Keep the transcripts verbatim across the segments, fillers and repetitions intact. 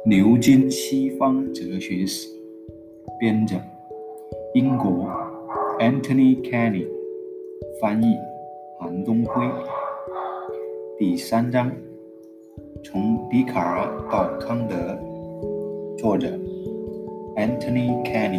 牛津西方哲学史，编者英国 Anthony Kenny， 翻译韩东辉。第三章，从笛卡尔到康德，作者 Anthony Kenny。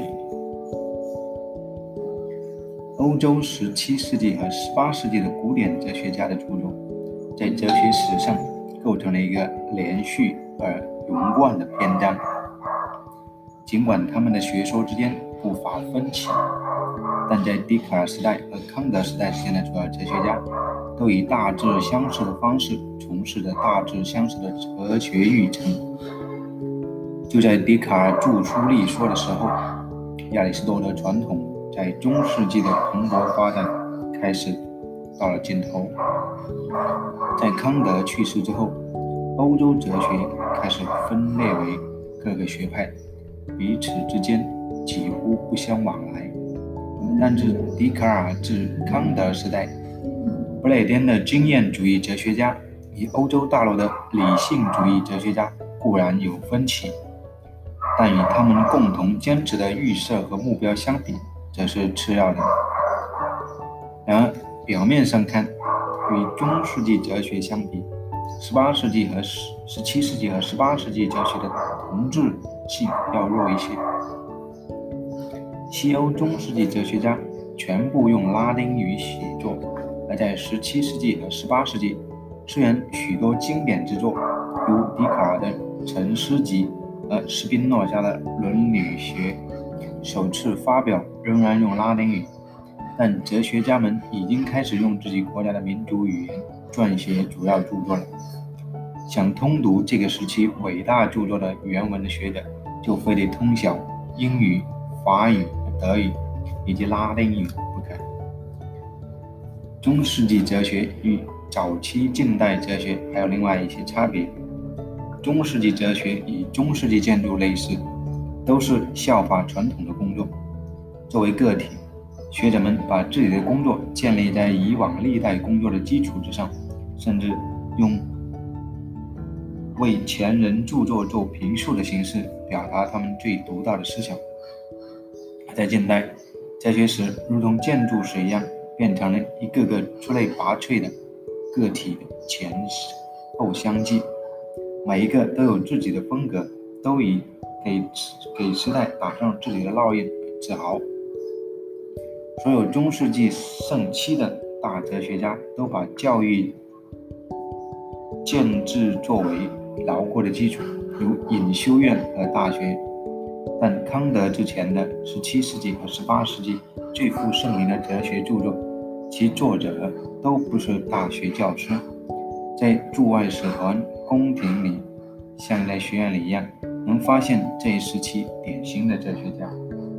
欧洲十七世纪和十八世纪的古典哲学家的著作，在哲学史上构成了一个连续而融贯的篇章。尽管他们的学说之间不乏分歧，但在笛卡尔时代和康德时代之间的主要哲学家都以大致相似的方式从事着大致相似的哲学议程。就在笛卡尔著书立说的时候，亚里士多德传统在中世纪的蓬勃发展开始到了尽头。在康德去世之后，欧洲哲学开始分裂为各个学派，彼此之间几乎不相往来。但自笛卡尔至康德时代，不列颠的经验主义哲学家与欧洲大陆的理性主义哲学家固然有分歧，但与他们共同坚持的预设和目标相比，则是次要的。然而表面上看，与中世纪哲学相比，十八世纪和十七世纪和十八世纪哲学的同质性要弱一些。西欧中世纪哲学家全部用拉丁语写作，而在十七世纪和十八世纪，虽然许多经典之作，如笛卡尔的《沉思集》和斯宾诺莎的《伦理学》首次发表，仍然用拉丁语，但哲学家们已经开始用自己国家的民族语言撰写主要著作了。想通读这个时期伟大著作的原文的学者，就非得通晓英语、法语、德语以及拉丁语不可。中世纪哲学与早期近代哲学还有另外一些差别。中世纪哲学与中世纪建筑类似，都是效法传统的工作。作为个体，学者们把自己的工作建立在以往历代工作的基础之上，甚至用为前人著作做评述的形式表达他们最独到的思想。在近代，哲学史如同建筑史一样，变成了一个个出类拔萃的个体的前后相继，每一个都有自己的风格，都以给给时代打上自己的烙印而自豪。所有中世纪盛期的大哲学家都把教育建制作为牢固的基础，如隐修院和大学。但康德之前的十七世纪和十八世纪最负盛名的哲学著作，其作者都不是大学教师，在驻外使团、宫廷里，像在学院里一样，能发现这一时期典型的哲学家。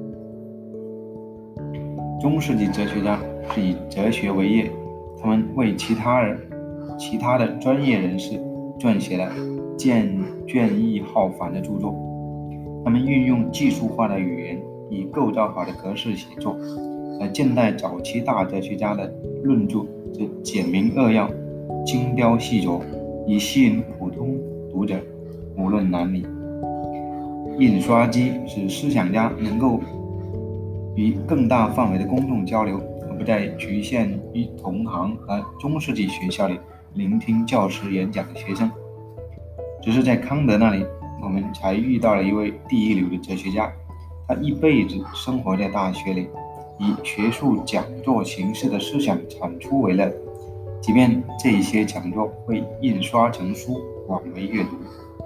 中世纪哲学家是以哲学为业，他们为其他人、其他的专业人士撰写了见卷意浩繁的著作。他们运用技术化的语言，以构造好的格式写作，而近代早期大哲学家的论著则简明扼要、精雕细琢，以吸引普通读者，无论男女。印刷机使思想家能够与更大范围的公众交流，而不再局限于同行和中世纪学校里聆听教师演讲的学生。只是在康德那里，我们才遇到了一位第一流的哲学家，他一辈子生活在大学里，以学术讲座形式的思想产出为乐，即便这些讲座会印刷成书，广为阅读。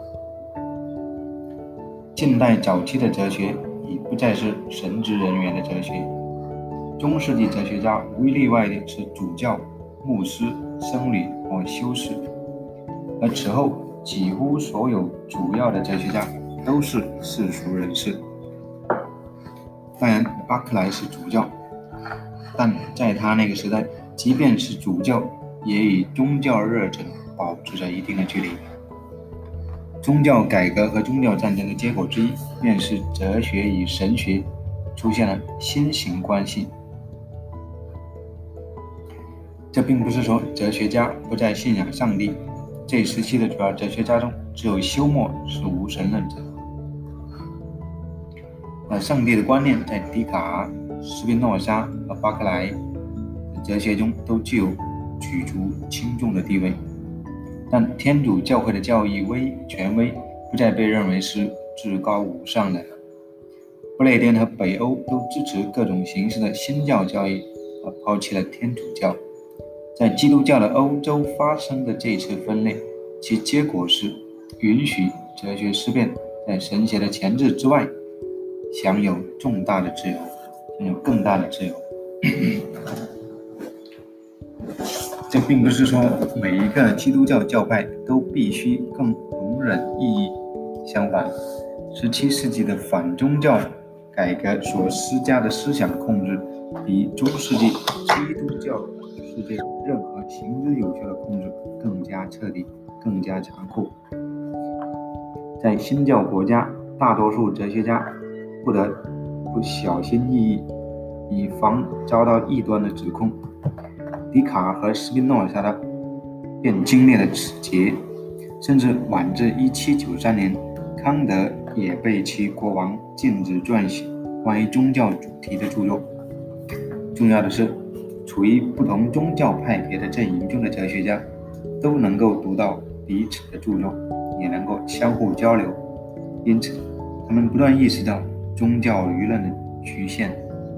近代早期的哲学已不再是神职人员的哲学，中世纪哲学家无一例外的是主教、牧师、僧侣或修士，而此后几乎所有主要的哲学家都是世俗人士。当然，巴克莱是主教，但在他那个时代，即便是主教，也与宗教热忱保持着一定的距离。宗教改革和宗教战争的结果之一，便是哲学与神学出现了新型关系。这并不是说哲学家不再信仰上帝，这一时期的主要哲学家中， 只有休谟是无神论者。而上帝的观念在笛卡尔、斯宾诺莎和巴克莱哲学中都具有举足轻重的地位，但天主教会的教义威权威不再被认为是至高无上的。不列颠和北欧都支持各种形式的新教教义，而抛弃了天主教。在基督教的欧洲发生的这次分裂，其结果是允许哲学思辨在神学的钳制之外享有重大的自由，享有更大的自由。这并不是说每一个基督教教派都必须更容忍异议，相反，十七世纪的反宗教改革所施加的思想控制，比中世纪基督教世界任何行之有效的控制更加彻底，更加残酷。在新教国家，大多数哲学家不得不小心翼翼，以防遭到异端的指控。笛卡尔和斯宾诺莎的便经历了此劫，甚至晚至一七九三年，康德也被其国王禁止撰写关于宗教主题的著作。重要的是，处于不同宗教派别的阵营中的哲学家都能够读到彼此的著作，也能够相互交流，因此他们不断意识到宗教舆论的局限。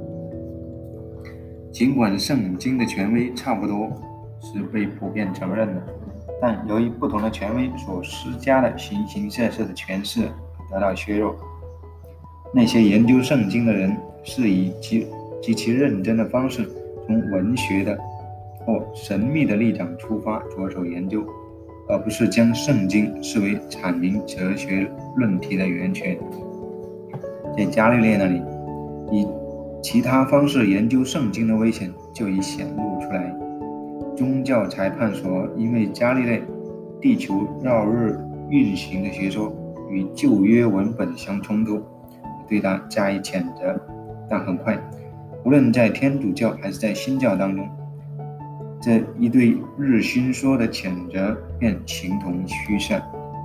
尽管圣经的权威差不多是被普遍承认的，但由于不同的权威所施加的形形色色的诠释得到削弱。那些研究圣经的人是以极极其认真的方式，从文学的或神秘的立场出发着手研究，而不是将圣经视为阐明哲学论题的源泉。在伽利略那里，以其他方式研究圣经的危险就已显露出来。宗教裁判所因为伽利略地球绕日运行的学说与旧约文本相冲突，对他加以谴责，但很快，无论在天主教还是在新教当中，这一对日心说的谴责便形同虚设。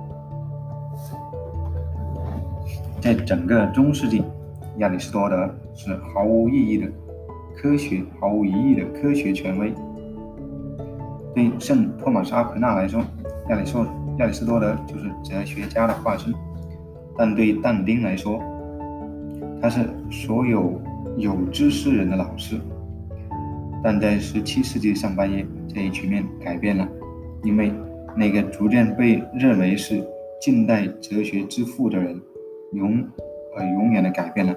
在整个中世纪，亚里士多德是毫无意义的科学毫无疑义的科学权威。对圣托马斯阿奎那来说，亚里士亚里士多德就是哲学家的化身，但对但丁来说，他是所有有知识人的老师。但在十七世纪上半叶，这一局面改变了，因为那个逐渐被认为是近代哲学之父的人永呃永远的改变了。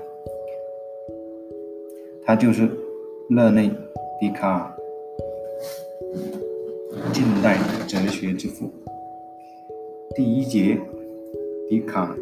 他就是勒内·笛卡尔，近代哲学之父。第一节，笛卡尔。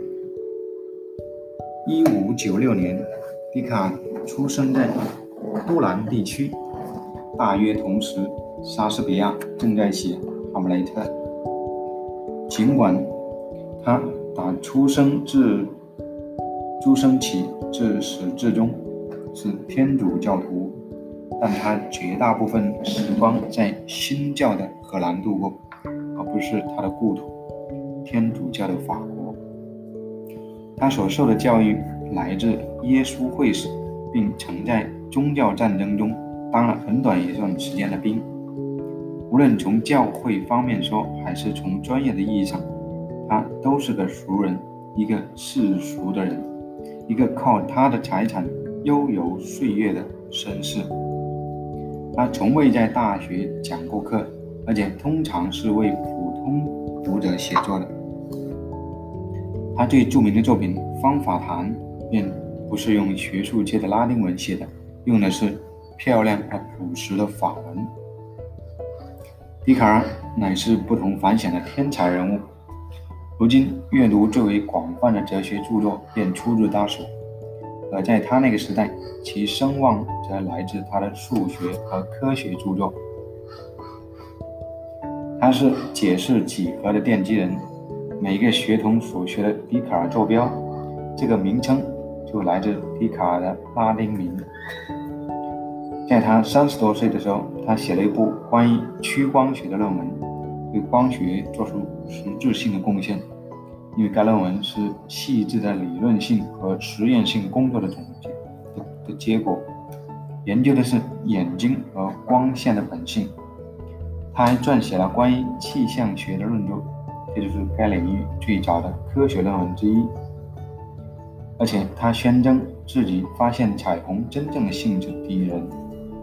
一五九六年，笛卡尔出生在都兰地区，大约同时，莎士比亚正在写《哈姆雷特》。尽管他打出生至出生起至始至终是天主教徒，但他绝大部分时光在新教的荷兰度过，而不是他的故土天主教的法国。他所受的教育来自耶稣会士，并曾在宗教战争中当了很短一段时间的兵。无论从教会方面说，还是从专业的意义上，他都是个俗人，一个世俗的人，一个靠他的财产悠游岁月的绅士。他从未在大学讲过课，而且通常是为普通读者写作的。他最著名的作品《方法谈》便不是用学术界的拉丁文写的，用的是漂亮而朴实的法文。笛卡尔乃是不同凡响的天才人物，如今阅读最为广泛的哲学著作便出自他手，而在他那个时代，其声望则来自他的数学和科学著作。他是解释几何的奠基人，每个学童所学的笛卡尔坐标，这个名称就来自笛卡尔的拉丁名。在他三十多岁的时候，他写了一部关于趋光学的论文，对光学做出实质性的贡献， 因为该论文是细致的理论性和实验性工作的总结 的, 的结果，研究的是眼睛和光线的本性。他还撰写了关于气象学的论著，这就是该领域最早的科学论文之一。而且他宣称自己发现彩虹真正的性质第一人。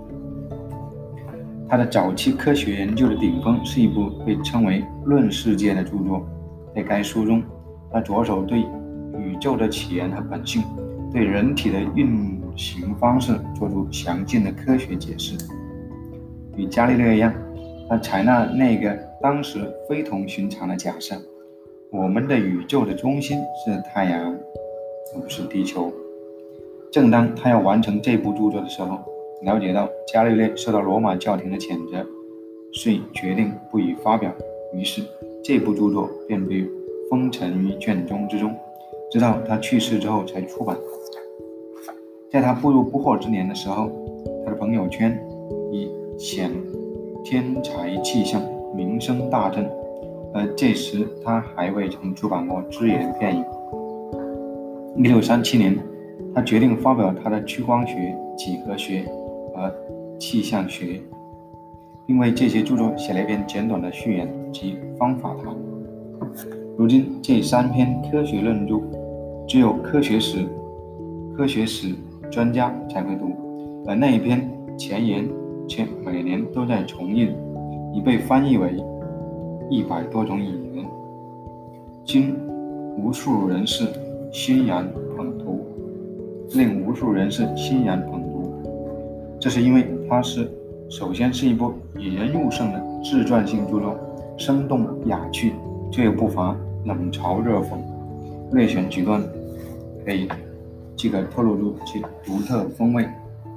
他的早期科学研究的顶峰是一部被称为《论世界》的著作。在该书中，他着手对宇宙的起源和本性，对人体的运行方式做出详尽的科学解释。与伽利略一样，他采纳那个当时非同寻常的假设：我们的宇宙的中心是太阳，而不是地球。正当他要完成这部著作的时候，了解到伽利略受到罗马教廷的谴责，遂决定不予发表。于是这部著作便被封尘于卷宗之中，直到他去世之后才出版。在他步入不惑之年的时候，他的朋友圈以显天才气象名声大振，而这时他还未曾出版过只言片语。一六三七年，他决定发表他的趋光学、几何学和气象学，并为这些著作写了一篇简短的序言及方法谈。如今这三篇科学论著只有科学史科学史专家才会读，而那一篇前言却每年都在重印，已被翻译为一百多种语言，经无数人士欣然捧读，令无数人士欣然捧读。这是因为它是首先是一部引人入胜的自传性著作，生动雅趣，却又不乏冷嘲热讽，略选几段可以即可透露出其独特风味。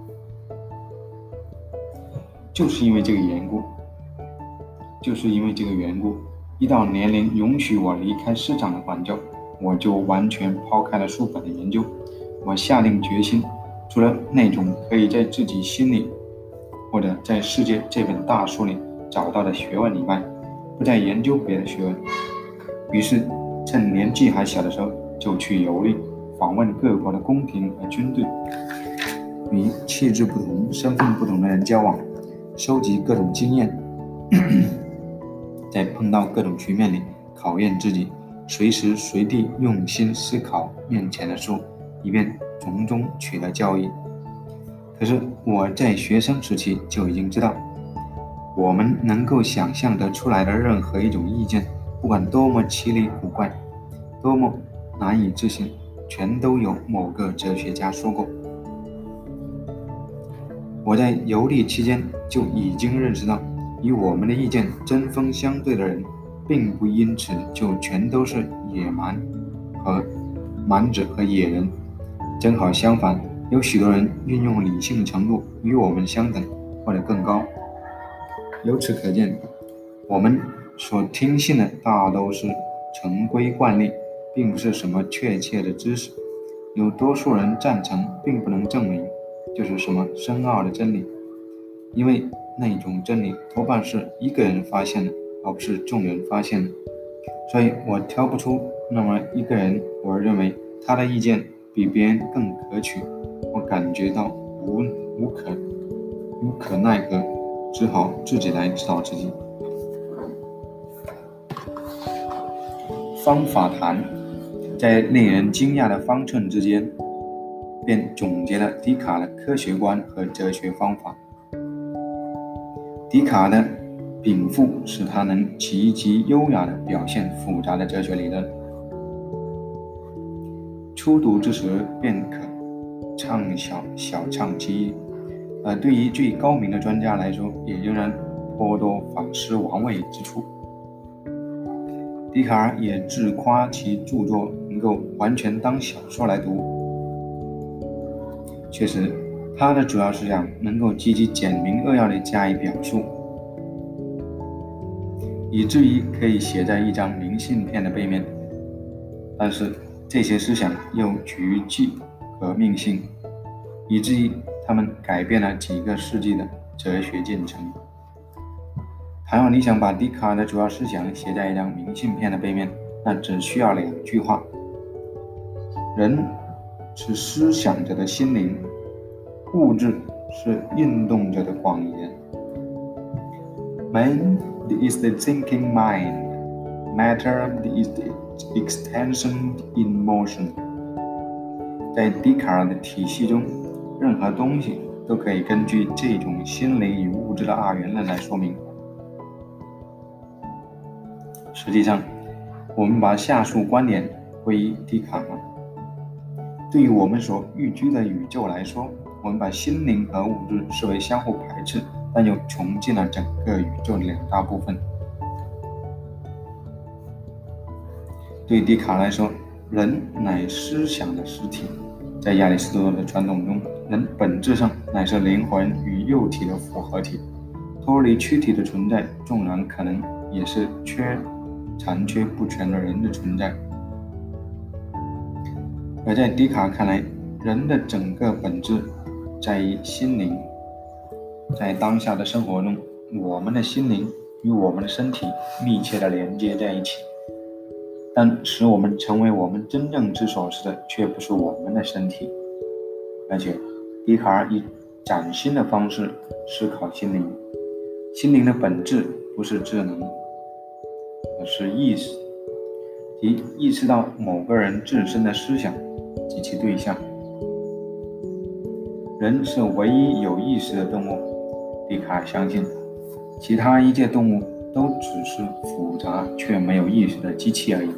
就是因为这个缘故就是因为这个缘故一到年龄允许我离开师长的管教，我就完全抛开了书本的研究。我下定决心，除了那种可以在自己心里或者在世界这本大书里找到的学问以外，不再研究别的学问。于是趁年纪还小的时候，就去游历，访问各国的宫廷和军队，与气质不同、身份不同的人交往，收集各种经验，在碰到各种局面里考验自己，随时随地用心思考面前的事，以便从中取得教益。可是我在学生时期就已经知道，我们能够想象得出来的任何一种意见，不管多么奇离古怪，多么难以置信，全都有某个哲学家说过。我在游历期间就已经认识到，与我们的意见针锋相对的人，并不因此就全都是野蛮和蛮子和野人，正好相反，有许多人运用理性程度与我们相等或者更高。由此可见，我们所听信的大都是成规惯例，并不是什么确切的知识。有多数人赞成，并不能证明就是什么深奥的真理，因为那种真理多半是一个人发现的，而不是众人发现的。所以我挑不出那么一个人，我认为他的意见比别人更可取，我感觉到无无可无可奈何，只好自己来指导自己。方法谈在令人惊讶的方寸之间，便总结了笛卡尔的科学观和哲学方法。笛卡尔的禀赋使他能极其优雅地表现复杂的哲学理论，初读之时便可畅小小畅其意，而对于最高明的专家来说，也仍然颇多反思玩味之处。笛卡尔也自夸其著作能够完全当小说来读。确实，他的主要思想能够极其简明扼要地加以表述，以至于可以写在一张明信片的背面。但是这些思想又具具革命性，以至于他们改变了几个世纪的哲学进程。倘若你想把笛卡尔的主要思想写在一张明信片的背面， 那只需要两句话：人是思想者的心灵，物质是运动者的广言。Man is the thinking mind, matter is the extension in motion。 在笛卡尔的体系中，任何东西都可以根据这种心灵与物质的二元论来说明。实际上，我们把下述观点归于笛卡尔。对于我们所寓居的宇宙来说，我们把心灵和物质视为相互排斥但又穷尽了整个宇宙的两大部分。对笛卡尔来说，人乃思想的实体。在亚里士多德的传统中，人本质上乃是灵魂与肉体的复合体，脱离躯体的存在，纵然可能也是缺残缺不全的人的存在。而在笛卡尔看来，人的整个本质在于心灵。在当下的生活中，我们的心灵与我们的身体密切地连接在一起，但使我们成为我们真正之所是的却不是我们的身体。而且笛卡尔以崭新的方式思考心灵。心灵的本质不是智能，而是意识，即意识到某个人自身的思想及其对象。人是唯一有意识的动物，笛卡尔相信其他一切动物都只是复杂却没有意识的机器而已。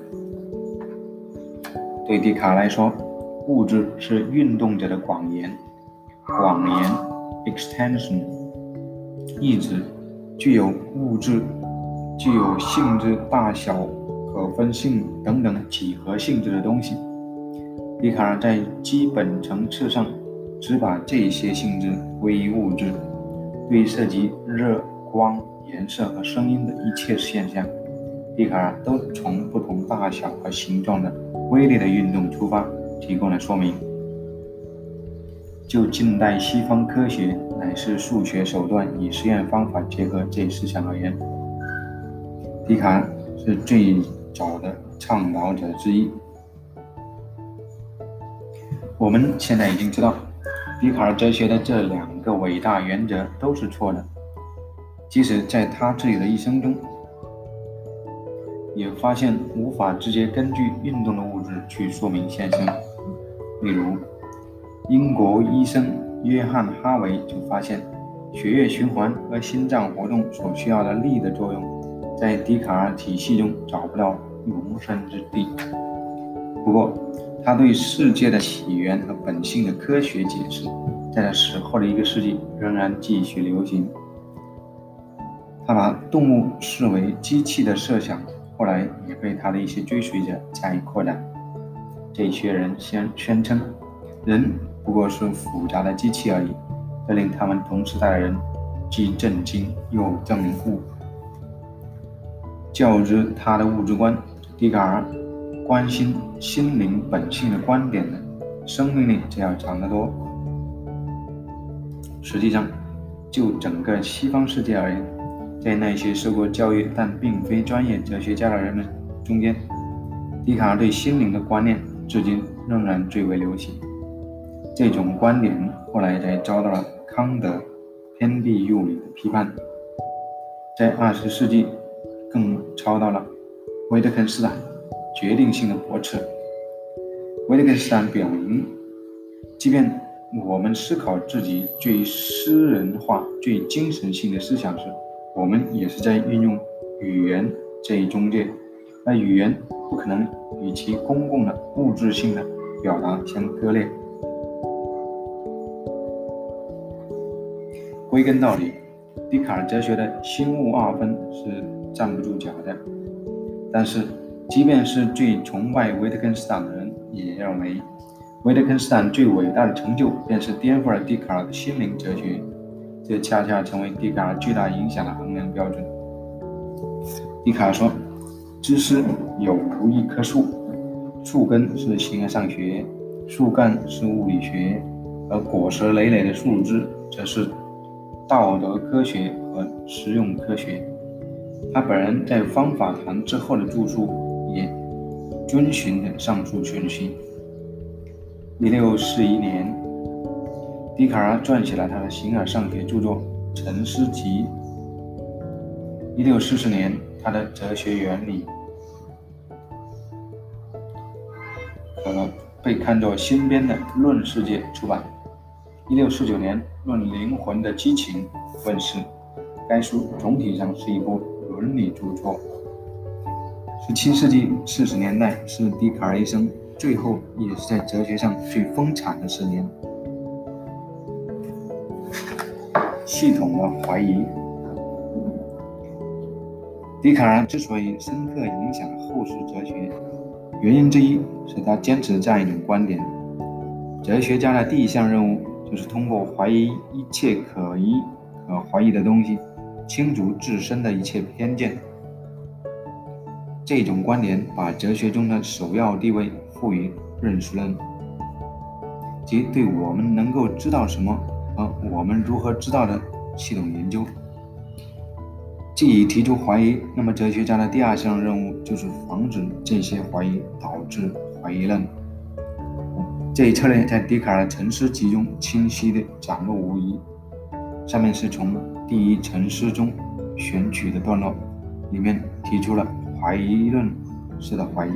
对笛卡尔来说，物质是运动者的广言，广言 extension 意指具有物质、具有性质、大小、可分性等等几何性质的东西。笛卡尔在基本层次上只把这些性质归于物质，对涉及热、光、颜色和声音的一切现象，笛卡尔都从不同大小和形状的微粒的运动出发，提供了说明。就近代西方科学乃是数学手段与实验方法结合这一思想而言，笛卡尔是最早的倡导者之一。我们现在已经知道，笛卡尔哲学的这两个伟大原则都是错的，即使在他自己的一生中，也发现无法直接根据运动的物质去说明现象。例如，英国医生约翰·哈维就发现，血液循环和心脏活动所需要的力的作用，在笛卡尔体系中找不到容身之地。不过，他对世界的起源和本性的科学解释，在他死后的一个世纪仍然继续流行。他把动物视为机器的设想，后来也被他的一些追随者加以扩展。这些人先宣称，人不过是复杂的机器而已，这令他们同时代的人既震惊又憎恶。较之他的物质观，笛卡尔关心心灵本性的观点的生命力则要长得多。实际上，就整个西方世界而言，在那些受过教育但并非专业哲学家的人们中间，笛卡尔对心灵的观念至今仍然最为流行。这种观点后来才遭到了康德天地入理的批判，在二十世纪更遭到了维特根斯坦决定性的驳斥。维特根斯坦表明，即便我们思考自己最私人化、最精神性的思想时，我们也是在运用语言这一中介，而语言不可能与其公共的物质性的表达相割裂。归根到底，笛卡尔哲学的心物二分是站不住脚的。但是，即便是最崇拜维特根斯坦的人，也认为维特根斯坦最伟大的成就便是颠覆了笛卡尔的心灵哲学，这恰恰成为笛卡尔巨大影响的衡量标准。笛卡尔说，知识有如一棵树，树根是形而上学，树干是物理学，而果实累累的树枝则是道德科学和实用科学。他本人在方法谈之后的著述也遵循的上述顺序。一六四一年，笛卡尔撰写了他的形而上学著作《陈诗集》。一六四四年，他的哲学原理呃被看作新编的《论世界》出版。一六四九年，《论灵魂的激情》问世。该书总体上是一部伦理著作。十七世纪四十年代是笛卡尔一生最后也是在哲学上最丰产的十年。系统的怀疑。笛卡尔之所以深刻影响后世哲学，原因之一是他坚持这样一种观点：哲学家的第一项任务就是通过怀疑一切可疑、可怀疑的东西，清除自身的一切偏见。这种观点把哲学中的首要地位赋予认识论，即对我们能够知道什么和我们如何知道的系统研究。既已提出怀疑，那么哲学家的第二项任务就是防止这些怀疑导致怀疑论。这一策略在笛卡尔的《陈诗集》中清晰地展露无遗。上面是从第一陈诗中选取的段落，里面提出了怀疑论式的怀疑。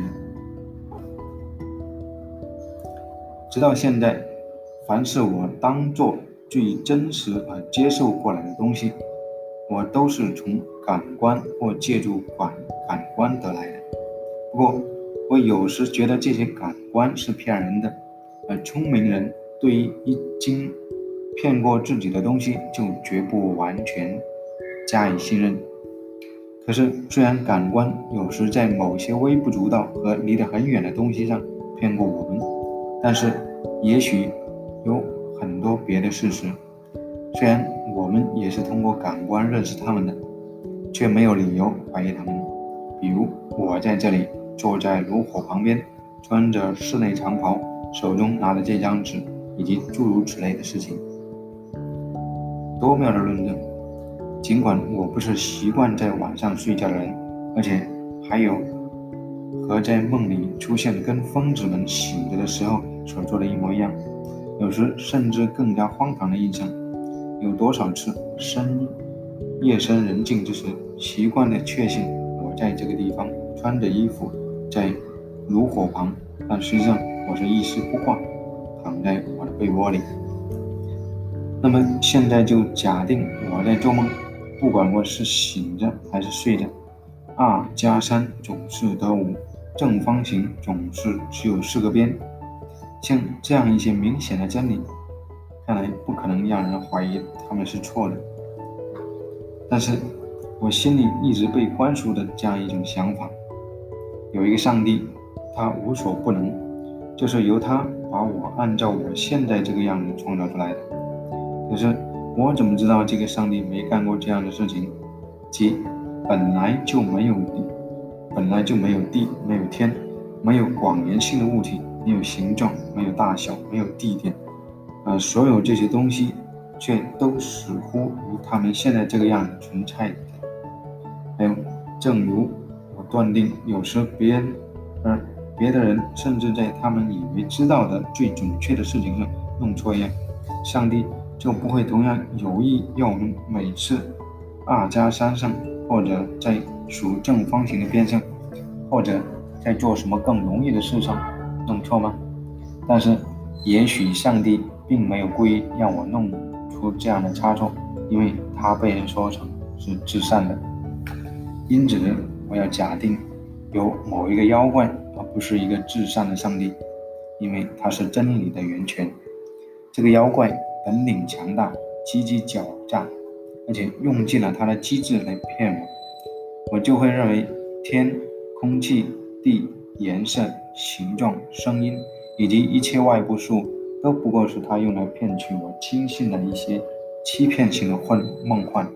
直到现在，凡是我当作最真实而接受过来的东西，我都是从感官或借助感感官得来的。不过，我有时觉得这些感官是骗人的，而聪明人对于一经骗过自己的东西就绝不完全加以信任。可是，虽然感官有时在某些微不足道和离得很远的东西上骗过我们，但是也许有很多别的事实，虽然我们也是通过感官认识他们的，却没有理由怀疑他们。比如，我在这里坐在炉火旁边，穿着室内长袍，手中拿着这张纸，以及诸如此类的事情。多妙的论证！尽管我不是习惯在晚上睡觉的人，而且还有和在梦里出现跟疯子们醒着的时候所做的一模一样，有时甚至更加荒唐的印象。有多少次深夜深人静之时，习惯地确信我在这个地方穿着衣服在炉火旁，但实际上我是一丝不挂，躺在我的被窝里。那么现在就假定我在做梦，不管我是醒着还是睡着，二加三总是得五，正方形总是只有四个边。像这样一些明显的真理，看来不可能让人怀疑他们是错的。但是我心里一直被灌输的这样一种想法：有一个上帝，他无所不能，就是由他把我按照我现在这个样子创造出来的。可是我怎么知道这个上帝没干过这样的事情？即本来就没有地，本来就没有地，没有天，没有广延性的物体，没有形状，没有大小，没有地点，而所有这些东西却都似乎如他们现在这个样子存在的。还有，正如我断定有时别人而别的人甚至在他们以为知道的最准确的事情上弄错一样，上帝就不会同样有意要我们每次二加三上，或者在数正方形的边上，或者在做什么更容易的事上弄错吗？但是也许上帝并没有故意让我弄出这样的差错，因为他被人说成是至善的。因此我要假定有某一个妖怪，而不是一个至善的上帝，因为他是真理的源泉。这个妖怪本领强大，积极狡诈，而且用尽了他的机智来骗我，我就会认为天、空气、地、颜色、形状、声音以及一切外部事物都不过是他用来骗取我轻信的一些欺骗性的幻梦幻。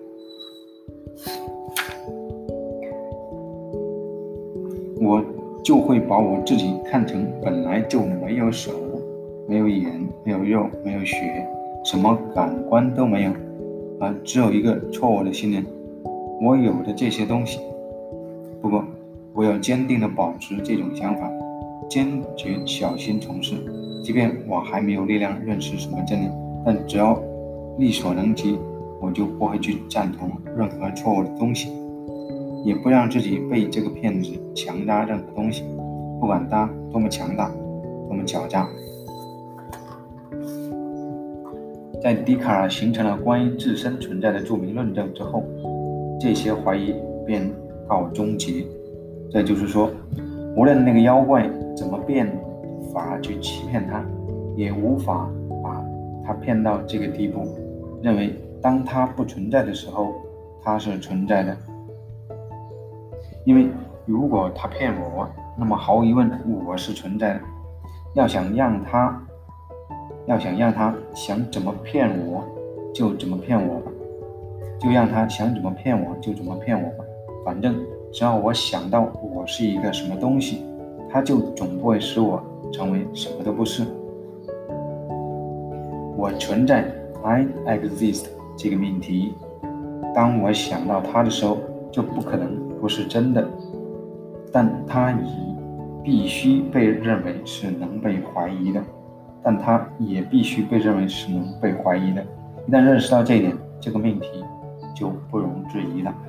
我就会把我自己看成本来就没有手，没有眼，没有肉，没有血，什么感官都没有，而只有一个错误的信念：我有的这些东西。不过我要坚定地保持这种想法，坚决小心从事。即便我还没有力量认识什么真理，但只要力所能及，我就不会去赞同任何错误的东西，也不让自己被这个骗子强加任何东西，不管他多么强大，多么狡诈。在笛卡尔形成了关于自身存在的著名论证之后，这些怀疑便告终结。这就是说，无论那个妖怪怎么变法去欺骗他，也无法把他骗到这个地步，认为当他不存在的时候，他是存在的。因为如果他骗我，那么毫无疑问我是存在的。要想让他要想让他想怎么骗我就怎么骗我吧，就让他想怎么骗我就怎么骗我吧。反正只要我想到我是一个什么东西，他就总不会使我成为什么都不是。我存在 I exist 这个命题，当我想到它的时候，就不可能不是真的，但它已必须被认为是能被怀疑的，但它也必须被认为是能被怀疑的。一旦认识到这一点，这个命题就不容置疑了。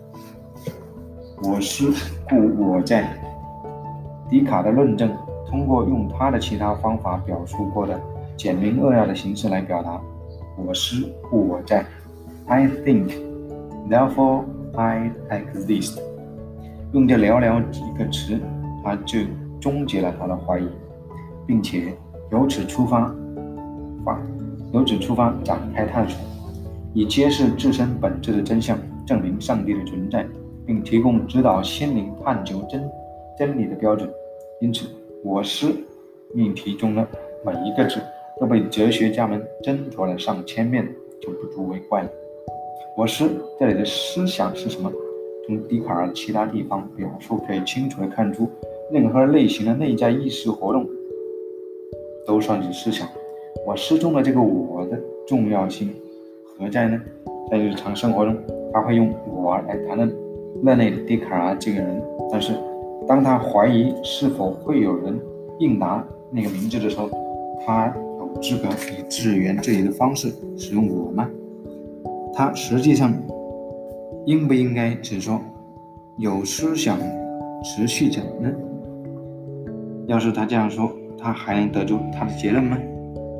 我是故我在。笛卡尔的论证通过用他的其他方法表述过的简明扼要的形式来表达。我是故我在 I think, therefore I exist。 用这寥寥几个词，他就终结了他的怀疑，并且由此出发由此出发展开探索，以揭示自身本质的真相，证明上帝的存在，并提供指导心灵探求真真理的标准。因此，我思命题中的每一个字都被哲学家们斟酌了上千遍，就不足为怪了。我思这里的思想是什么？从笛卡尔其他地方表述可以清楚地看出，任何类型的内在意识活动都算是思想。我思中的这个我的重要性何在呢？在日常生活中，他会用我来谈论勒内·笛卡尔这个人，但是当他怀疑是否会有人应答那个名字的时候，他有资格以自圆这里的方式使用我吗？他实际上应不应该只说有思想持续者呢？要是他这样说，他还能得出他的结论吗？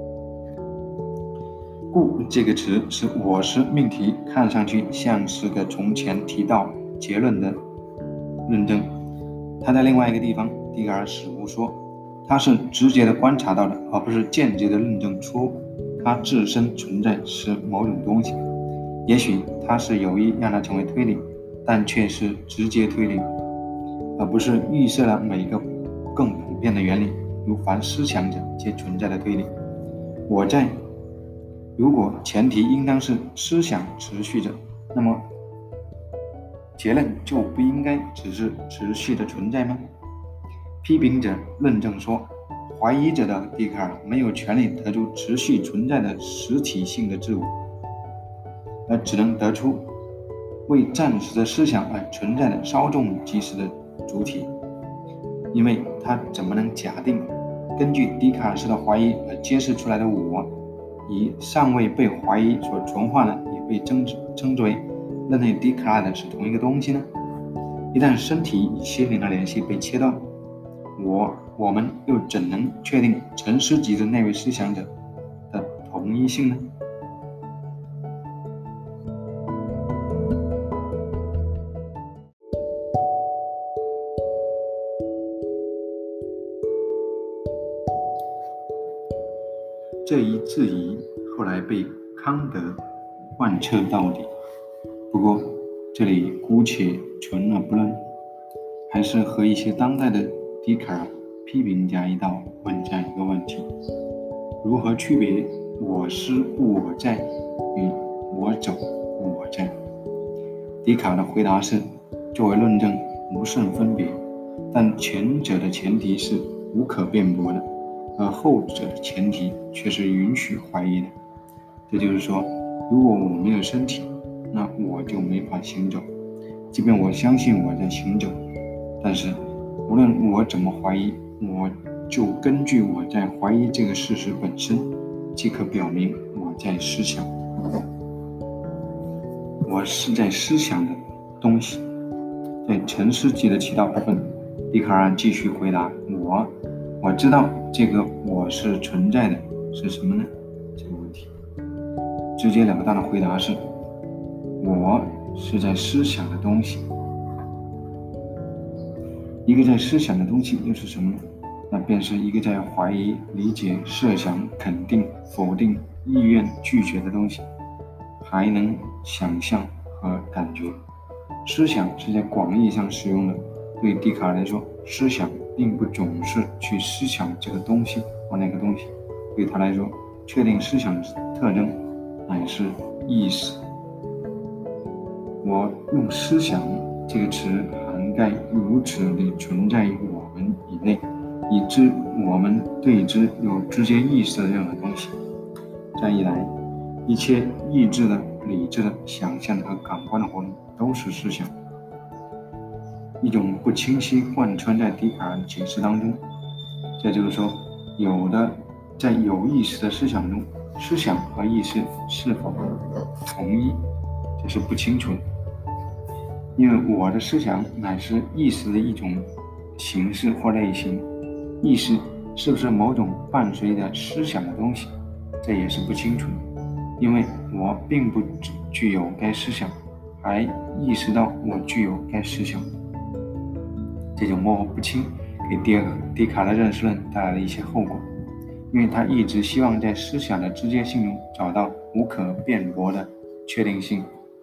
故这个词使我思命题看上去像是个从前提到结论的论证。他在另外一个地方，笛卡尔史无说，他是直接的观察到的，而不是间接的论证出他自身存在是某种东西。也许他是有意让它成为推理，但却是直接推理，而不是预设了每个更普遍的原理，如凡思想者皆存在的推理。我在，如果前提应当是思想持续者，那么结论就不应该只是持续的存在吗？批评者论证说，怀疑者的笛卡尔没有权利得出持续存在的实体性的自我，而只能得出为暂时的思想而存在的稍纵即逝的主体，因为他怎么能假定根据笛卡尔式的怀疑而揭示出来的我，以尚未被怀疑所存化的也被称称之为勒内·笛卡尔的是同一个东西呢？一旦身体与心灵的联系被切断，我我们又怎能确定沉思级的那位思想者的同一性呢？这一质疑后来被康德贯彻到底。不过这里姑且存而不论，还是和一些当代的笛卡尔批评家一道问这样一个问题：如何区别我思故我在与我走故我在？笛卡尔的回答是，作为论证无甚分别，但前者的前提是无可辩驳的，而后者的前提却是允许怀疑的。这就是说，如果我没有身体，那我就没法行走，即便我相信我在行走， 但是无论我怎么怀疑，我就根据我在怀疑这个事实本身，即可表明我在思想。我是在思想的东西。在陈诗集的其他部分，笛卡尔继续回答我我知道这个我是存在的，是什么呢？这个问题直截了当的回答是，我是在思想的东西。一个在思想的东西又是什么呢？那便是一个在怀疑、理解、设想、肯定、否定、意愿、拒绝的东西，还能想象和感觉。思想是在广义上使用的，对笛卡尔来说，思想并不总是去思想这个东西或那个东西，对他来说，确定思想的特征乃是意识。我用思想这个词涵盖如此地存在于我们以内，以致我们对之有直接意识的任何东西。这样一来，一切意志的、理智的、想象的和感官的活动都是思想。一种不清晰贯穿在笛卡尔的解释当中，这就是说，有的在有意识的思想中，思想和意识是否同一，这是不清楚的。因为我的思想乃是意识的一种形式或类型，意识是不是某种伴随着思想的东西，这也是不清楚的。因为我并不具有该思想，还意识到我具有该思想。这种模糊不清给笛卡尔的认识论带来了一些后果，因为他一直希望在思想的直接性中找到无可辩驳的确定性。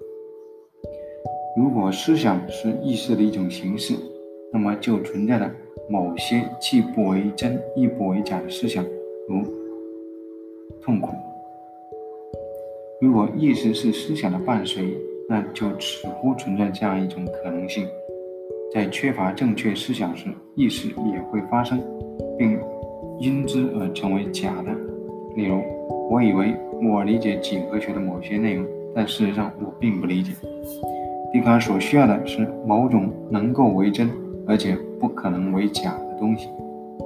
如果思想是意识的一种形式，那么就存在了某些既不为真亦不为假的思想，如痛苦。如果意识是思想的伴随，那就似乎存在这样一种可能性，在缺乏正确思想时，意识也会发生，并因之而成为假的。例如，我以为我理解几何学的某些内容，但事实上我并不理解。笛卡尔所需要的是某种能够为真，而且不可能为假的东西。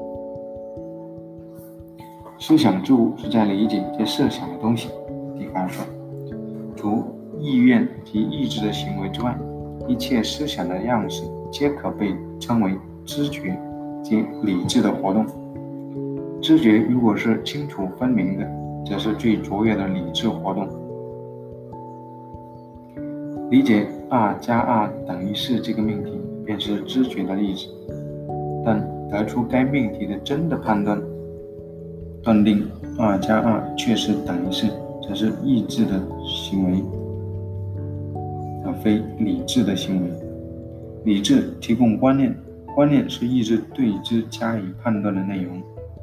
思想之物是在理解这设想的东西。笛卡尔说，除意愿及意志的行为之外，一切思想的样式皆可被称为知觉及理智的活动。知觉如果是清楚分明的，则是最卓越的理智活动。理解二加二等于四这个命题便是知觉的例子，但得出该命题的真的判断，断定二加二确实等于四，则是意志的行为，而非理智的行为。理智提供观念，观念是意志对之加以判断的内容。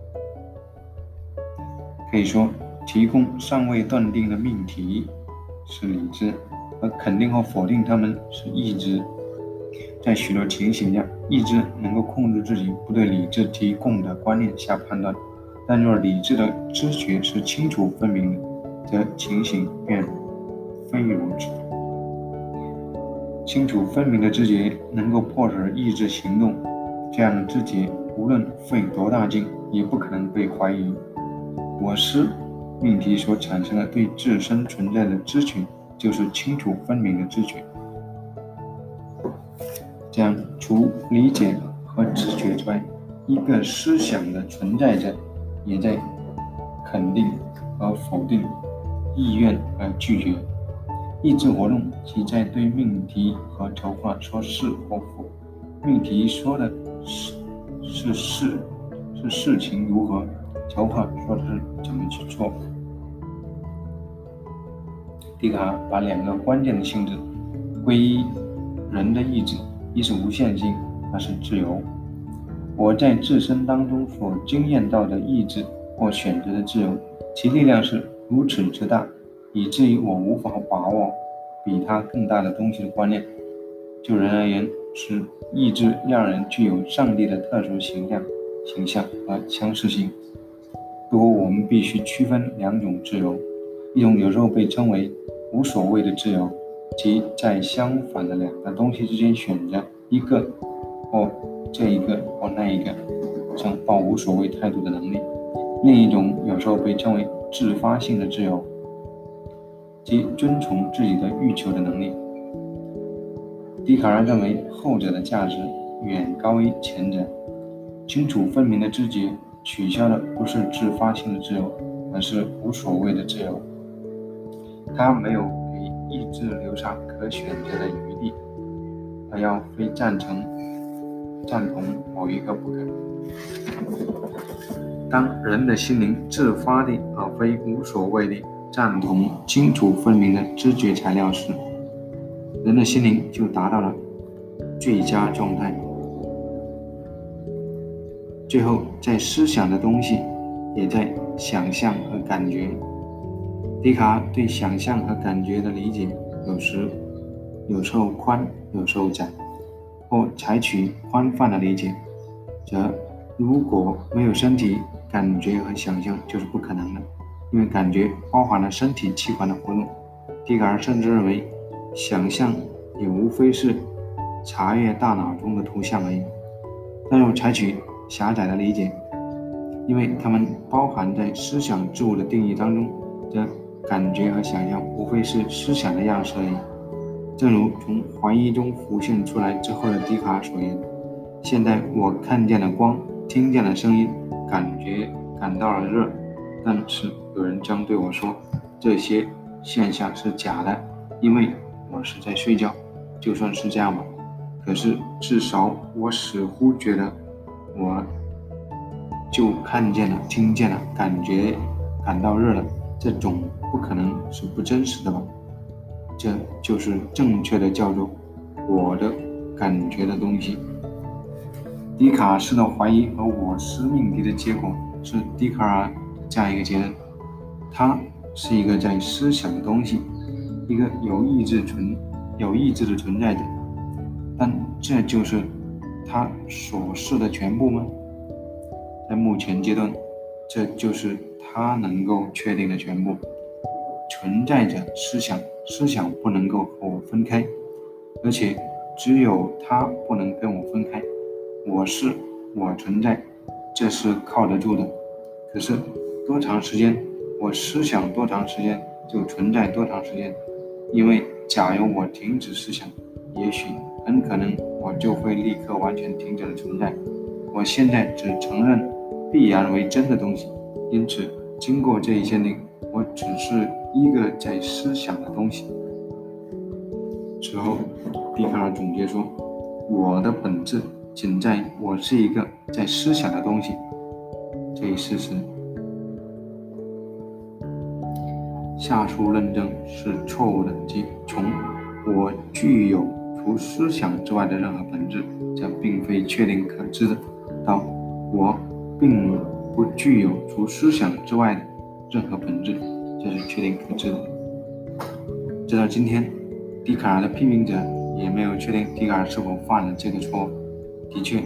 可以说，提供尚未断定的命题是理智，而肯定或否定它们是意志。在许多情形下，意志能够控制自己不对理智提供的观念下判断，但若理智的知觉是清楚分明的，则情形便非如此。清楚分明的知觉能够迫使意志行动，这样的知觉无论费多大劲，也不可能被怀疑。我思命题所产生的对自身存在的知觉，就是清楚分明的知觉。这样，除理解和知觉之外，一个思想的存在者也在肯定和否定，意愿和拒绝。意志活动即在对命题和筹划说是或否。命题说的是是事是事情如何，筹划说的是怎么去做。笛卡尔把两个关键的性质归于人的意志，一是无限性，二是自由。我在自身当中所经验到的意志或选择的自由，其力量是如此之大，以至于我无法把握比它更大的东西的观念。就人而言，是意志让人具有上帝的特殊形象、形象和相似性。不过，我们必须区分两种自由，一种有时候被称为无所谓的自由，即在相反的两个东西之间选择一个或这一个或那一个，这样抱无所谓态度的能力。另一种有时候被称为自发性的自由，即遵从自己的欲求的能力。笛卡尔认为后者的价值远高于前者。清楚分明的知觉取消的不是自发性的自由，而是无所谓的自由。他没有给意志留下可选择的余地，而要非赞成赞同某一个不可。当人的心灵自发地而非无所谓地赞同清楚分明的知觉材料时，人的心灵就达到了最佳状态。最后，在思想的东西也在想象和感觉。笛卡尔对想象和感觉的理解有时有时候宽，有时候窄，或采取宽泛的理解，则如果没有身体，感觉和想象就是不可能的，因为感觉包含了身体器官的活动。笛卡尔甚至认为，想象也无非是查阅大脑中的图像而已。但若采取狭窄的理解，因为它们包含在思想事物的定义当中，则感觉和想象无非是思想的样式而已。正如从怀疑中浮现出来之后的笛卡尔所言，现在我看见了光，听见了声音，感觉感到了热，但是有人将对我说，这些现象是假的，因为我是在睡觉。就算是这样吧，可是至少我似乎觉得我就看见了，听见了，感觉感到热了，这总不可能是不真实的吧？这就是正确的叫做我的感觉的东西。笛卡尔式的怀疑和我思命题的结果是笛卡尔这样一个结论：它是一个在思想的东西，一个有意志存有意志的存在者。但这就是他所示的全部吗？在目前阶段，这就是他能够确定的全部。存在着思想，思想不能够和我分开，而且只有他不能跟我分开。我是，我存在，这是靠得住的。可是多长时间，我思想多长时间就存在多长时间，因为假如我停止思想，也许很可能我就会立刻完全停止了存在。我现在只承认必然为真的东西，因此经过这一限定，我只是一个在思想的东西。之后笛卡尔总结说，我的本质仅在我是一个在思想的东西这一事实。下述论证是错误的，即从我具有除思想之外的任何本质，这并非确定可知的，到我并不具有除思想之外的任何本质，这是确定可知的。直到今天，笛卡尔的批评者也没有确定笛卡尔是否犯了这个错误。的确，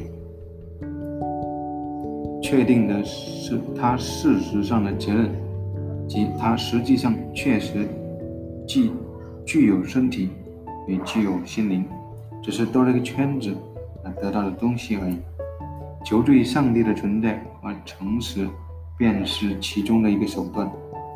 确定的是他事实上的结论，即他实际上确实既具有身体也具有心灵，只是兜了个圈子而得到的东西而已。求对上帝的存在和诚实便是其中的一个手段。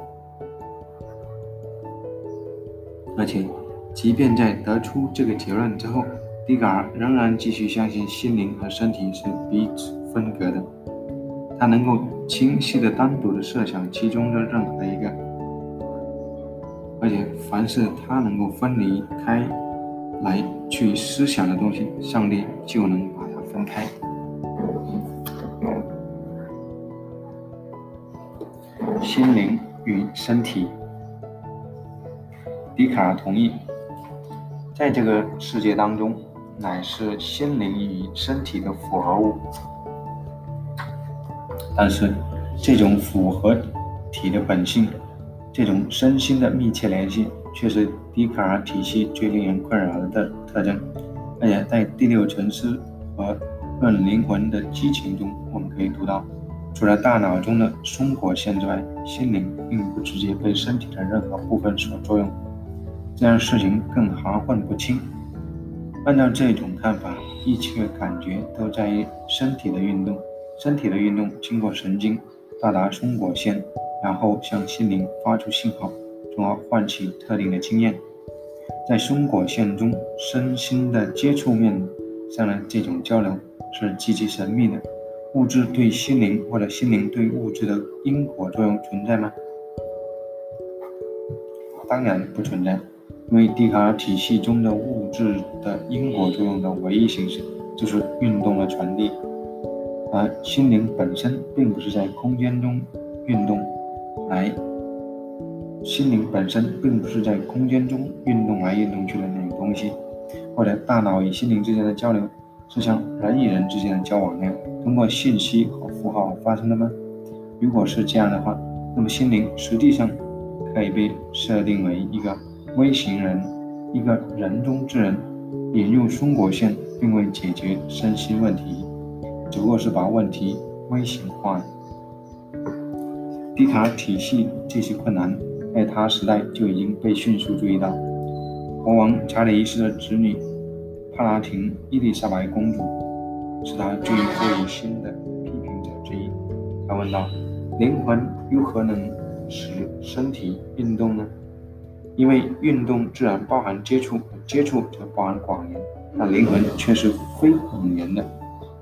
而且即便在得出这个结论之后，笛卡尔仍然继续相信心灵和身体是彼此分隔的。他能够清晰地单独地设想其中的任何一个，而且凡是他能够分离开来去思想的东西，上帝就能把它分开。心灵与身体，笛卡尔同意，在这个世界当中，乃是心灵与身体的复合物。但是这种复合体的本性，这种身心的密切联系，却是笛卡尔体系最令人困扰的特特征。而且在第六沉思和论灵魂的激情中，我们可以读到，除了大脑中的松果腺之外，心灵并不直接被身体的任何部分所作用，这样事情更含混不清。 按照这种看法，一切感觉都在于身体的运动，身体的运动经过神经到达松果腺，然后向心灵发出信号，从而唤起特定的经验。在松果腺中，身心的接触面上的这种交流是极其神秘的。物质对心灵或者心灵对物质的因果作用存在吗？当然不存在，因为笛卡尔体系中的物质的因果作用的唯一形式就是运动的传递，而心灵本身并不是在空间中运动来心灵本身并不是在空间中运动来运动去的那种东西，或者大脑与心灵之间的交流是像人与人之间的交往那样通过信息和符号发生的吗？如果是这样的话，那么心灵实际上可以被设定为一个微型人，一个人中之人，引入松果腺并未解决身心问题，只不过是把问题微型化。笛卡尔体系这些困难在他时代就已经被迅速注意到。国王查理一世的侄女帕拉廷伊丽莎白公主是他最慧心的批评者之一。他问道：灵魂如何能使身体运动呢？因为运动自然包含接触，接触则包含广言，但灵魂却是非广言的。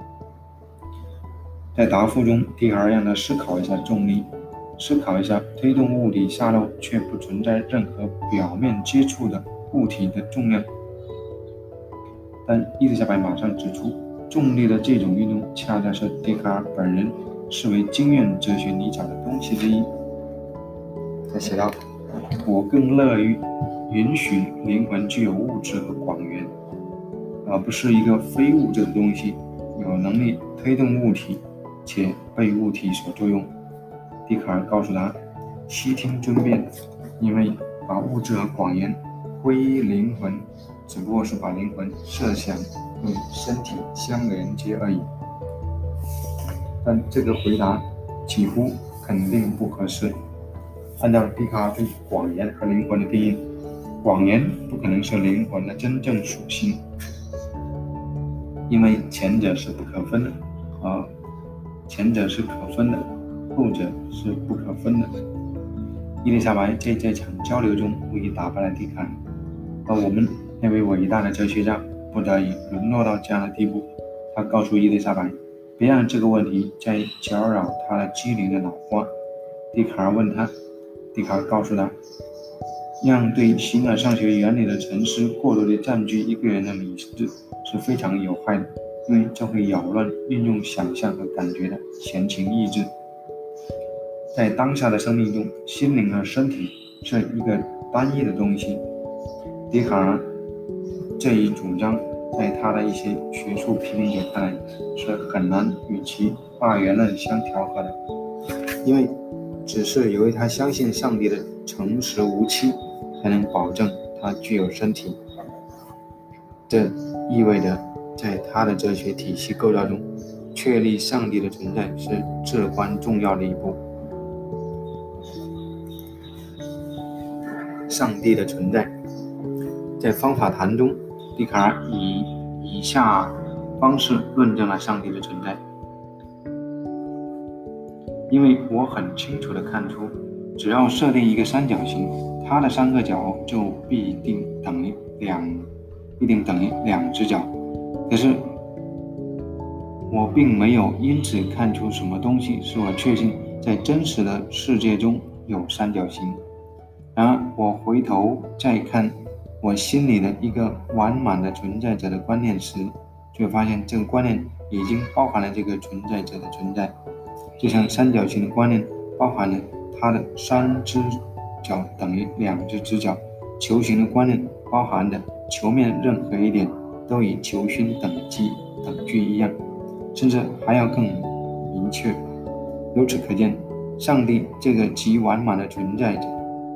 在答复中，笛卡尔让他思考一下重力，思考一下推动物体下落却不存在任何表面接触的物体的重量。但伊丽莎白马上指出，重力的这种运动恰恰是笛卡尔本人视为经验哲学泥沼的东西之一。他写道：我更乐于允许灵魂具有物质和广元，而不是一个非物质的东西，有能力推动物体且被物体所作用。笛卡尔告诉他：悉听尊便，因为把物质和广元归于灵魂，只不过是把灵魂设想与身体相连接而已。但这个回答几乎肯定不合适。按照笛卡尔对广元和灵魂的定义，广元不可能是灵魂的真正属性，因为前者是不可分的，而前者是可分的，后者是不可分的。伊丽莎白在这场交流中无疑打败了笛卡尔，而我们那位伟大的哲学家不得已沦落到这样的地步。他告诉伊丽莎白，别让这个问题再搅扰他的机灵的脑瓜。笛卡尔问他，笛卡尔告诉他，让对形而上学原理的沉思过多地占据一个人的理智是非常有害的，因为这会扰乱运用想象和感觉的闲情逸致。在当下的生命中，心灵和身体是一个单一的东西。笛卡尔这一主张在他的一些学术批评者看来是很难与其二元论相调和的，因为只是由于他相信上帝的诚实无欺，才能保证他具有身体。这意味着在他的哲学体系构造中，确立上帝的存在是至关重要的一步。上帝的存在，在方法谈中，笛卡尔以以下方式论证了上帝的存在。因为我很清楚地看出，只要设定一个三角形，它的三个角就必定等于两必定等于两只角。可是我并没有因此看出什么东西使我确信在真实的世界中有三角形。然而我回头再看我心里的一个完满的存在者的观念时，就发现这个观念已经包含了这个存在者的存在，就像三角形的观念包含了它的三只角等于两只直角，球形的观念包含的球面任何一点都与球心等距等距一样，甚至还要更明确。由此可见，上帝这个极完满的存在者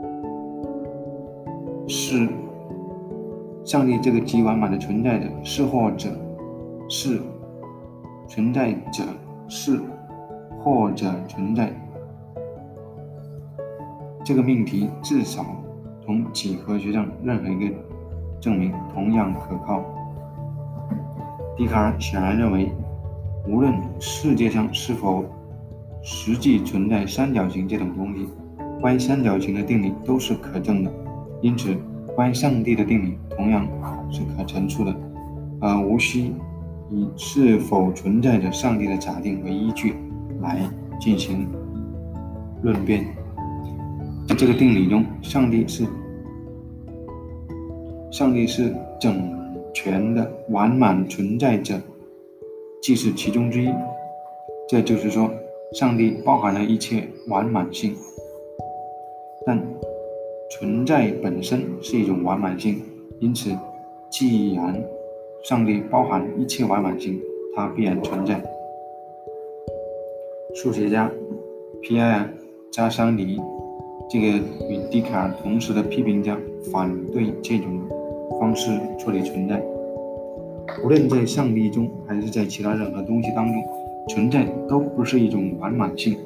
是上帝这个极完满的存在者是或者是存在者是或者存在这个命题，至少从几何学上任何一个证明同样可靠。 笛卡尔显然认为，无论世界上是否实际存在三角形这种东西，关于三角形的定理都是可证的，因此关于上帝的定理同样是可陈述的，而无需以是否存在着上帝的假定为依据来进行论辩。在这个定理中，上帝是上帝是整全的完满存在者，既是其中之一。这就是说，上帝包含了一切完满性，但存在本身是一种完满性，因此既然上帝包含一切完满性，它必然存在。数学家皮埃尔·扎桑尼这个与笛卡尔同时的批评家反对这种方式处理存在。无论在上帝中还是在其他任何东西当中，存在都不是一种完满性。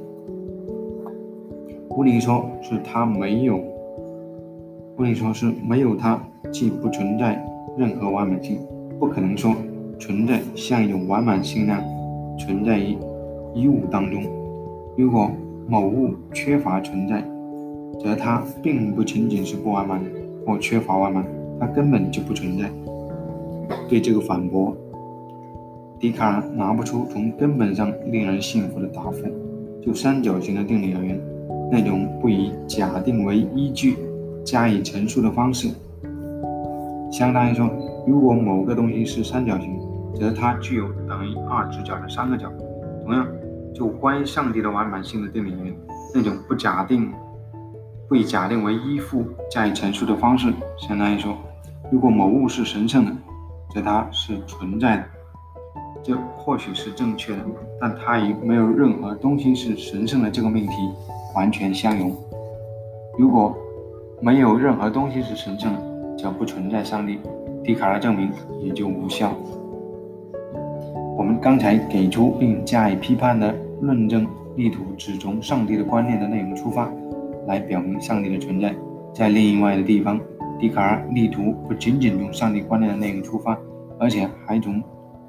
无理说是它没有，无理说是没有它，既不存在任何完满性，不可能说存在像一种完满性那样存在于一物当中。如果某物缺乏存在，则它并不仅仅是不完满或缺乏完满，它根本就不存在。对这个反驳，笛卡尔拿不出从根本上令人信服的答复。就三角形的定理而言，那种不以假定为依据加以陈述的方式，相当于说，如果某个东西是三角形，则它具有等于二直角的三个角。同样，就关于上帝的完满性的定理而言，那种不假定不以假定为依附加以陈述的方式，相当于说，如果某物是神圣的，则它是存在的。这或许是正确的，但它与没有任何东西是神圣的这个命题完全相容。如果没有任何东西是神圣的，则不存在上帝，笛卡尔证明也就无效。我们刚才给出并加以批判的论证，力图只从上帝的观念的内容出发，来表明上帝的存在。在另外的地方，笛卡尔力图不仅仅从上帝观念的内容出发，而且还从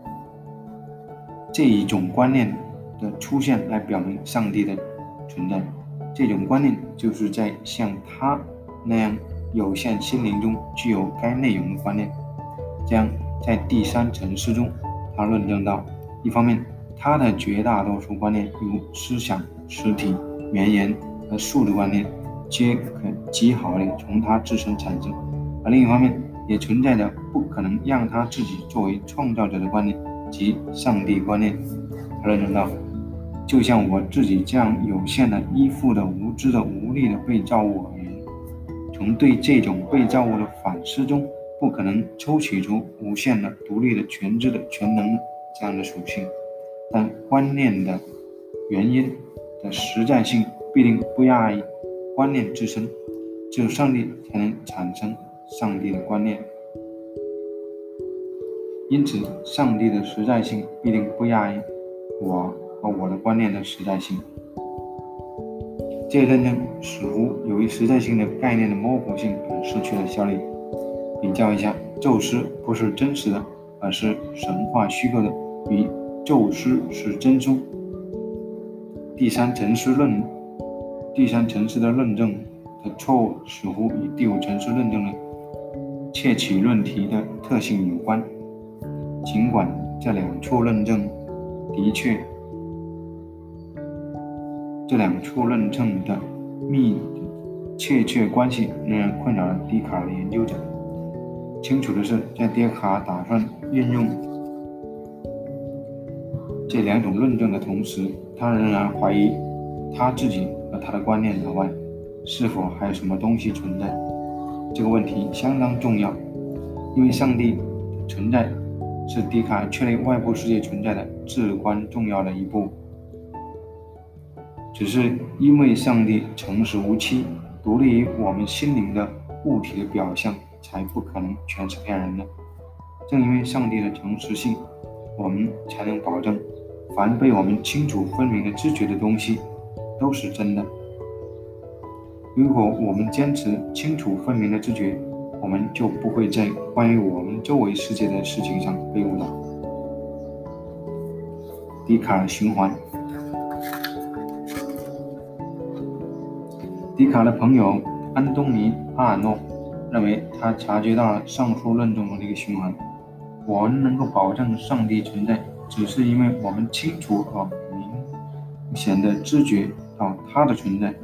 这一种观念的出现来表明上帝的存在。这种观念就是在像他那样有限心灵中具有该内容的观念。这样，在第三陈述中，他论证到，一方面，他的绝大多数观念，如思想、实体、原言和数的观念，皆可极好地从他自身产生；而另一方面，也存在着不可能让他自己作为创造者的观念，即上帝观念。他论证到，就像我自己这样有限的、依附的、无知的、无力的被造物而言，从对这种被造物的反思中，不可能抽取出无限的、独立的、全知的、全能的这样的属性。但观念的原因的实在性必定不亚于观念自身，只有上帝才能产生上帝的观念。因此，上帝的实在性必定不亚于我和我的观念的实在性。这一论证似乎由于实在性的概念的模糊性而失去了效力。比较一下，宙斯不是真实的，而是神话虚构的，与宙斯是真书。第三陈述论第三陈述的论证的错误似乎与第五陈述论证的窃取论题的特性有关。尽管这两处论证的确，这两处论证的密切确关系仍然困扰了笛卡尔的研究者。清楚的是，在笛卡尔打算运用这两种论证的同时，他仍然怀疑他自己和他的观念以外是否还有什么东西存在。这个问题相当重要，因为上帝的存在是笛卡尔确立外部世界存在的至关重要的一步。只是因为上帝诚实无欺，独立于我们心灵的物体的表象，才不可能全是骗人的。正因为上帝的诚实性，我们才能保证凡被我们清楚分明的知觉的东西都是真的。如果我们坚持清楚分明的知觉，我们就不会在关于我们周围世界的事情上被误导。 笛卡尔循环。笛卡尔的朋友安东尼·阿尔诺认为，他察觉到了上述论中的一个循环：我们能够保证上帝存在，只是因为我们清楚而明显地知觉到他的存在。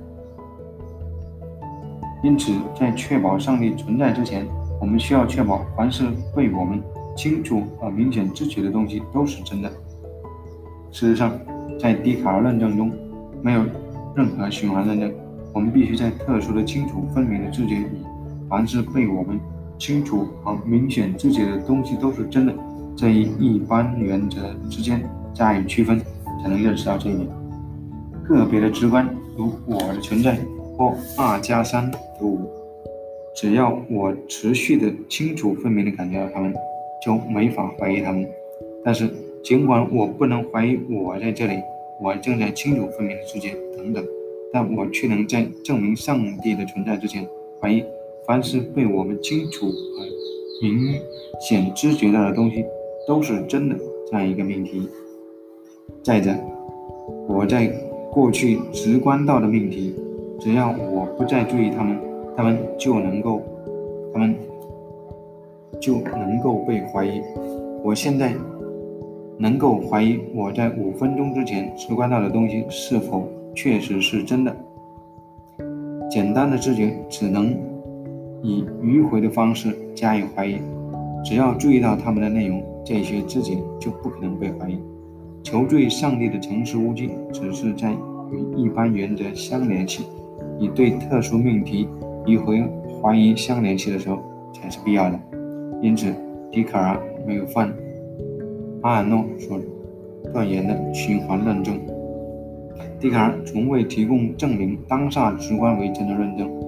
因此，在确保上帝存在之前，我们需要确保凡是被我们清楚而明显知觉的东西都是真的。事实上，在笛卡尔论证中，没有任何循环论证。我们必须在特殊的、清楚分明的知觉里，凡是被我们清楚和明显知觉的东西都是真的这一一般原则之间加以区分，才能认识到这一点。个别的直观，如我的存在或二加三等五，只要我持续的清楚分明的感觉到它们，就没法怀疑它们。但是，尽管我不能怀疑我在这里，我正在清楚分明的知觉等等，但我却能在证明上帝的存在之前，怀疑凡是被我们清楚和明显知觉到的东西都是真的这样一个命题。再者，我在过去直观到的命题，只要我不再注意它们，它们就能够，它们就能够被怀疑。我现在能够怀疑我在五分钟之前直观到的东西是否确实是真的。简单的知觉只能以迂回的方式加以怀疑，只要注意到它们的内容，这些知觉就不可能被怀疑。求助于上帝的诚实无忌，只是在与一般原则相联系，以对特殊命题与怀疑相联系的时候才是必要的。因此，笛卡尔没有犯阿尔诺所断言的循环论证。笛卡尔从未提供证明当下直观为真的论证。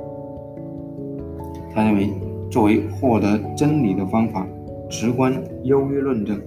他认为，作为获得真理的方法，直观优于论证。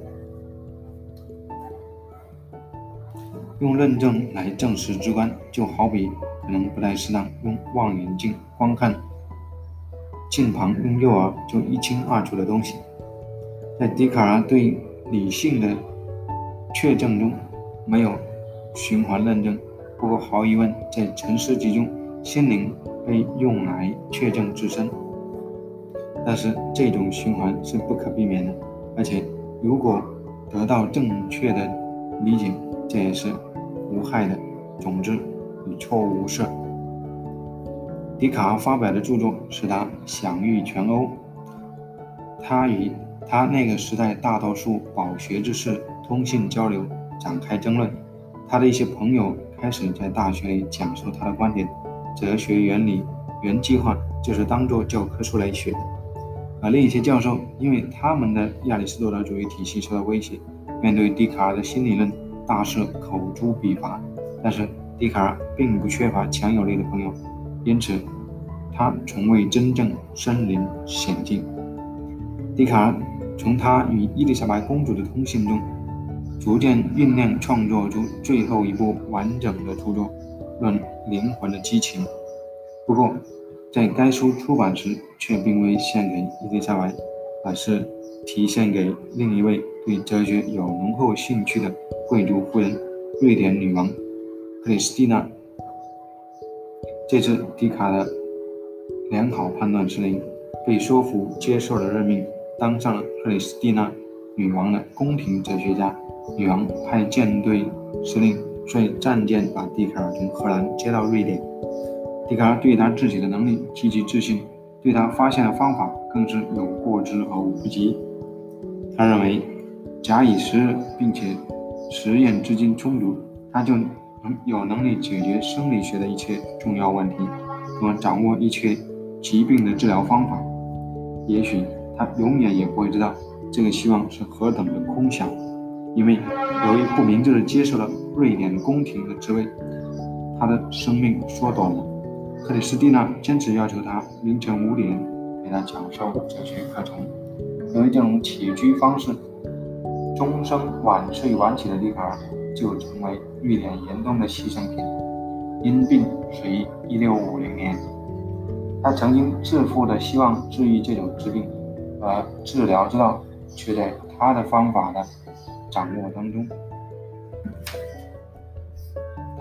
用论证来证实直观，就好比可能不太适当用望远镜观看近旁用右耳就一清二楚的东西。在笛卡尔对理性的确证中，没有循环论证。不过毫无疑问，在陈诗集中，心灵被用来确证自身。但是这种循环是不可避免的，而且如果得到正确的理解，这也是无害的。总之，与错误无涉。笛卡尔发表的著作使他享誉全欧，他与他那个时代大多数饱学之士通信交流，展开争论。他的一些朋友开始在大学里讲授他的观点，哲学原理原计划就是当作教科书来学的。而另一些教授因为他们的亚里士多德主义体系受到威胁，面对笛卡尔的新理论大是口诛笔伐。但是笛卡尔并不缺乏强有力的朋友，因此他从未真正身临险境。笛卡尔从他与伊丽莎白公主的通信中逐渐酝酿创作出最后一部完整的著作《论灵魂的激情》。不过在该书出版时却并未献给伊丽莎白，而是提献给另一位对哲学有浓厚兴趣的贵族夫人——瑞典女王克里斯蒂娜。这次笛卡尔的良好判断失灵，被说服接受了任命，当上了克里斯蒂娜女王的宫廷哲学家。女王派舰队司令率战舰把笛卡尔从荷兰接到瑞典。笛卡尔对他自己的能力极其自信，对他发现的方法更是有过之而无不及。他认为，假以时日，并且实验资金充足，他就有能力解决生理学的一切重要问题，和掌握一切疾病的治疗方法。也许他永远也不会知道，这个希望是何等的空想。因为由于不明智地接受了瑞典宫廷的职位，他的生命缩短了。克里斯蒂娜坚持要求他凌晨五点给他讲授哲学课程。由于这种起居方式，终生晚睡晚起的笛卡尔就成为瑞典严冬的牺牲品。因病死于一六五零年。他曾经自负地希望治愈这种疾病，而治疗之道却在他的方法的掌握当中。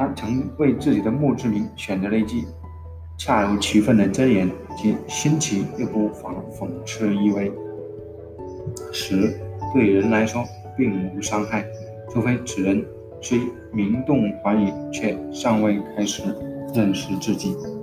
他曾为自己的墓志铭选择了一句恰如其分的箴言，即新奇又不乏讽刺意味。十，对人来说并无伤害，除非此人虽名动寰宇，却尚未开始认识自己。